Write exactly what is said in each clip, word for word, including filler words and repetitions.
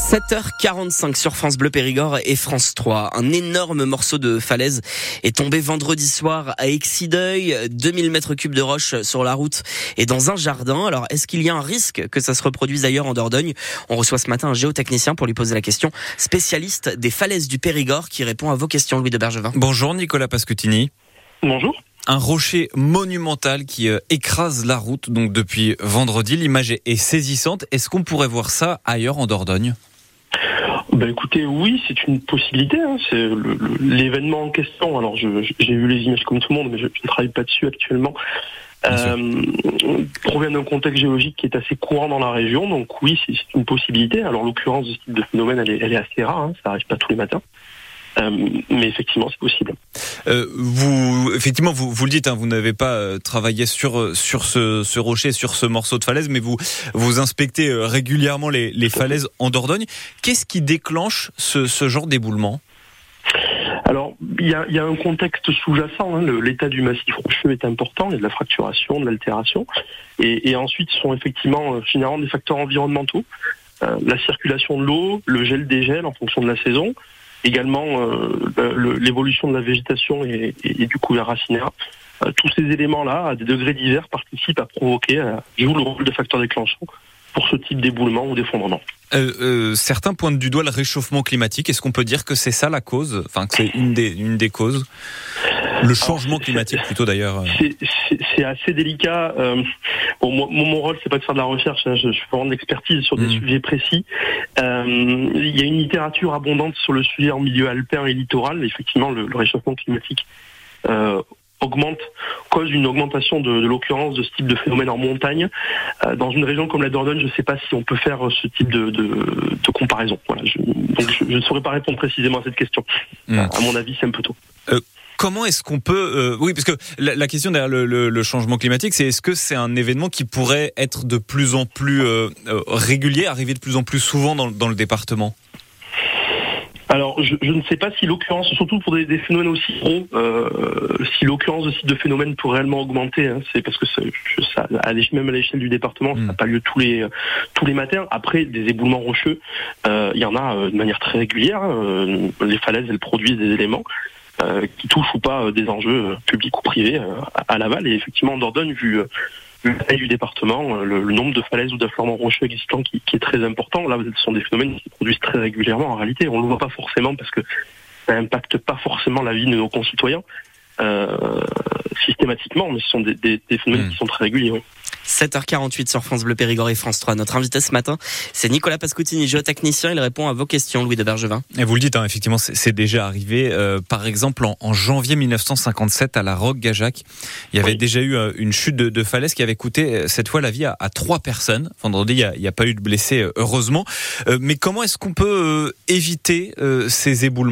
sept heures quarante-cinq sur France Bleu Périgord et France trois. Un énorme morceau de falaise est tombé vendredi soir à Exideuil. deux mille mètres cubes de roches sur la route et dans un jardin. Alors, est-ce qu'il y a un risque que ça se reproduise ailleurs en Dordogne ? On reçoit ce matin un géotechnicien pour lui poser la question. Spécialiste des falaises du Périgord qui répond à vos questions, Louis de Bergevin. Bonjour Nicolas Pascutini. Bonjour. Un rocher monumental qui euh, écrase la route donc depuis vendredi. L'image est, est saisissante. Est-ce qu'on pourrait voir ça ailleurs en Dordogne ? Ben écoutez, oui, c'est une possibilité. Hein. C'est le, le, l'événement en question. Alors, je, j'ai vu les images comme tout le monde, mais je ne travaille pas dessus actuellement. Euh, provient d'un contexte géologique qui est assez courant dans la région. Donc oui, c'est, c'est une possibilité. Alors, l'occurrence de ce type de phénomène, elle est, elle est assez rare. Hein. Ça n'arrive pas tous les matins. Euh, mais effectivement, c'est possible. Euh, vous, effectivement, vous, vous le dites, hein, vous n'avez pas euh, travaillé sur sur ce, ce rocher, sur ce morceau de falaise, mais vous vous inspectez euh, régulièrement les, les falaises en Dordogne. Qu'est-ce qui déclenche ce, ce genre d'éboulement ? Alors, il y a, y a un contexte sous-jacent. Hein. Le, l'état du massif rocheux est important. Il y a de la fracturation, de l'altération, et, et ensuite, ce sont effectivement euh, généralement des facteurs environnementaux, euh, la circulation de l'eau, le gel-dégel en fonction de la saison. Également euh, le, l'évolution de la végétation et, et, et du couvert racinaire. Euh, tous ces éléments-là, à des degrés divers, participent à provoquer, euh, jouent le rôle de facteur déclenchant pour ce type d'éboulement ou d'effondrement. Euh, euh, certains pointent du doigt le réchauffement climatique. Est-ce qu'on peut dire que c'est ça la cause ? Enfin, que c'est une des, une des causes ? Le changement Alors, climatique plutôt d'ailleurs. C'est, c'est, c'est assez délicat. Euh, bon, moi, mon rôle, c'est pas de faire de la recherche. Hein, je, je fais vraiment de l'expertise sur des mmh. sujets précis. Euh, il y a une littérature abondante sur le sujet en milieu alpin et littoral. Effectivement, le, le réchauffement climatique euh, augmente, cause une augmentation de, de l'occurrence de ce type de phénomène en montagne. Euh, dans une région comme la Dordogne, je ne sais pas si on peut faire ce type de, de, de comparaison. Voilà, je, donc je ne saurais pas répondre précisément à cette question. Mmh. À mon avis, c'est un peu tôt. Euh... Comment est-ce qu'on peut... Euh, oui, parce que la, la question derrière le, le, le changement climatique, c'est est-ce que c'est un événement qui pourrait être de plus en plus euh, régulier, arriver de plus en plus souvent dans, dans le département ? Alors, je, je ne sais pas si l'occurrence, surtout pour des, des phénomènes aussi gros, euh, si l'occurrence de ce type de phénomène peut réellement augmenter. Hein, c'est parce que ça, ça, à l'échelle, même à l'échelle du département, ça n'a pas lieu tous les tous les matins. Après, des éboulements rocheux, euh, il y en a euh, de manière très régulière. Euh, les falaises, elles produisent des éléments Euh, qui touchent ou pas euh, des enjeux euh, publics ou privés euh, à, à l'aval. Et effectivement, en Dordogne, vu, euh, vu la taille du département, euh, le, le nombre de falaises ou d'affleurements rocheux existants qui, qui est très important, là, ce sont des phénomènes qui se produisent très régulièrement en réalité. On ne le voit pas forcément parce que ça n'impacte pas forcément la vie de nos concitoyens euh, systématiquement, mais ce sont des, des, des phénomènes mmh. qui sont très réguliers. Oui. sept heures quarante-huit sur France Bleu Périgord et France trois. Notre invité ce matin, c'est Nicolas Pascutini, géotechnicien. Il répond à vos questions, Louis de Bergevin. Et vous le dites, hein, effectivement, c'est, c'est déjà arrivé. Euh, par exemple, en, en janvier dix-neuf cent cinquante-sept, à la Roque-Gajac, il y avait oui. déjà eu euh, une chute de, de falaise qui avait coûté euh, cette fois la vie à, à trois personnes. Vendredi, il n'y a, a pas eu de blessés, euh, heureusement. Euh, mais comment est-ce qu'on peut euh, éviter euh, ces éboulements ?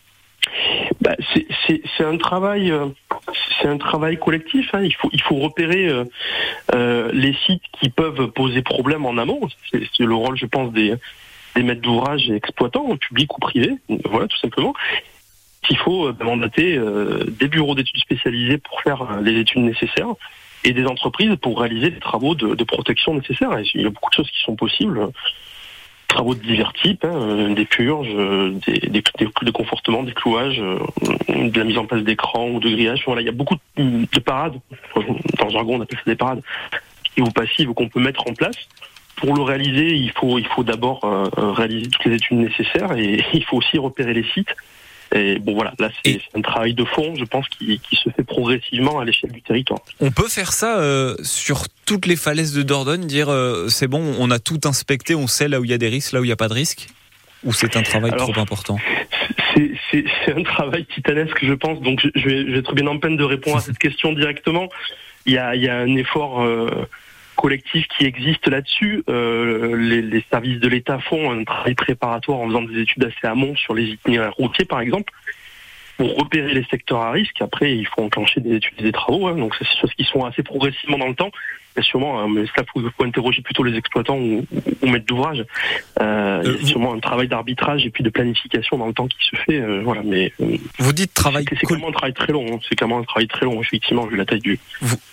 Bah, c'est, c'est, c'est un travail, euh, c'est un travail collectif. Hein. Il faut, il faut repérer euh, euh, les sites qui peuvent poser problème en amont. C'est, c'est le rôle, je pense, des, des maîtres d'ouvrage et exploitants, publics ou privés. Voilà, tout simplement. Il faut euh, mandater euh, des bureaux d'études spécialisés pour faire euh, les études nécessaires et des entreprises pour réaliser des travaux de, de protection nécessaires. Et il y a beaucoup de choses qui sont possibles. Travaux de divers types, hein, des purges, des, des, des, des confortements, des clouages, de la mise en place d'écrans ou de grillages. Voilà, il y a beaucoup de, de parades, dans le jargon on appelle ça des parades, actives ou passives qu'on peut mettre en place. Pour le réaliser, il faut, il faut d'abord euh, réaliser toutes les études nécessaires et il faut aussi repérer les sites. Et bon voilà, là c'est, c'est un travail de fond, je pense, qui, qui se fait progressivement à l'échelle du territoire. On peut faire ça euh, sur toutes les falaises de Dordogne, dire euh, c'est bon, on a tout inspecté, on sait là où il y a des risques, là où il n'y a pas de risques ? Ou c'est un travail Alors, trop important ? c'est, c'est, c'est un travail titanesque, je pense, donc je, je, vais, je vais être bien en peine de répondre à cette question directement. Il y a, il y a un effort... Euh, collectif qui existe là-dessus. Euh, les, les services de l'État font un travail préparatoire en faisant des études assez amont sur les itinéraires routiers, par exemple, pour repérer les secteurs à risque. Après, il faut enclencher des études et des travaux. Hein. Donc, c'est des choses qui sont assez progressivement dans le temps. Et sûrement, hein, mais ça, il faut, faut interroger plutôt les exploitants ou, ou, ou maîtres d'ouvrage. Euh, euh, il y a sûrement un travail d'arbitrage et puis de planification dans le temps qui se fait. Euh, voilà, mais euh, vous dites travail. C'est, c'est quand même un travail très long. Hein. C'est quand même un travail très long, effectivement, vu la taille du. Vous...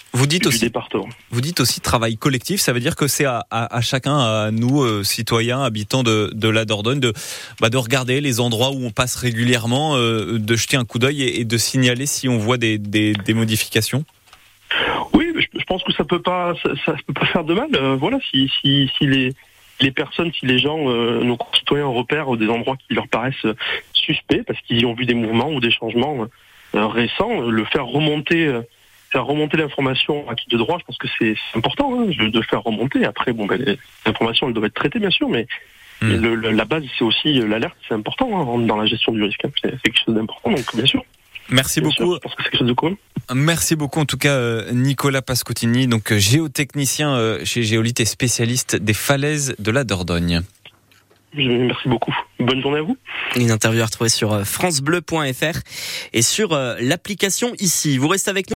Vous dites du aussi, département. vous dites aussi travail collectif, ça veut dire que c'est à, à, à chacun, à nous, euh, citoyens, habitants de, de la Dordogne, de, bah, de regarder les endroits où on passe régulièrement, euh, de jeter un coup d'œil et, et de signaler si on voit des, des, des modifications. Oui, je, je pense que ça peut pas, ça, ça peut pas faire de mal. Euh, voilà, si, si, si les, les personnes, si les gens, euh, nos concitoyens repèrent des endroits qui leur paraissent suspects parce qu'ils ont vu des mouvements ou des changements euh, récents, le faire remonter. Euh, Faire remonter l'information à qui de droit, je pense que c'est, c'est important hein, de le faire remonter. Après, bon, ben, les informations elles doivent être traitées, bien sûr, mais, mmh. mais le, le, la base, c'est aussi l'alerte, c'est important hein, dans la gestion du risque. Hein. C'est, c'est quelque chose d'important, donc bien sûr. Merci bien beaucoup. Sûr, je pense que c'est quelque chose de cool. Merci beaucoup, en tout cas, Nicolas Pascottini, donc géotechnicien chez Géolith et spécialiste des falaises de la Dordogne. Merci beaucoup. Bonne journée à vous. Une interview à retrouver sur francebleu point f r et sur l'application ici. Vous restez avec nous.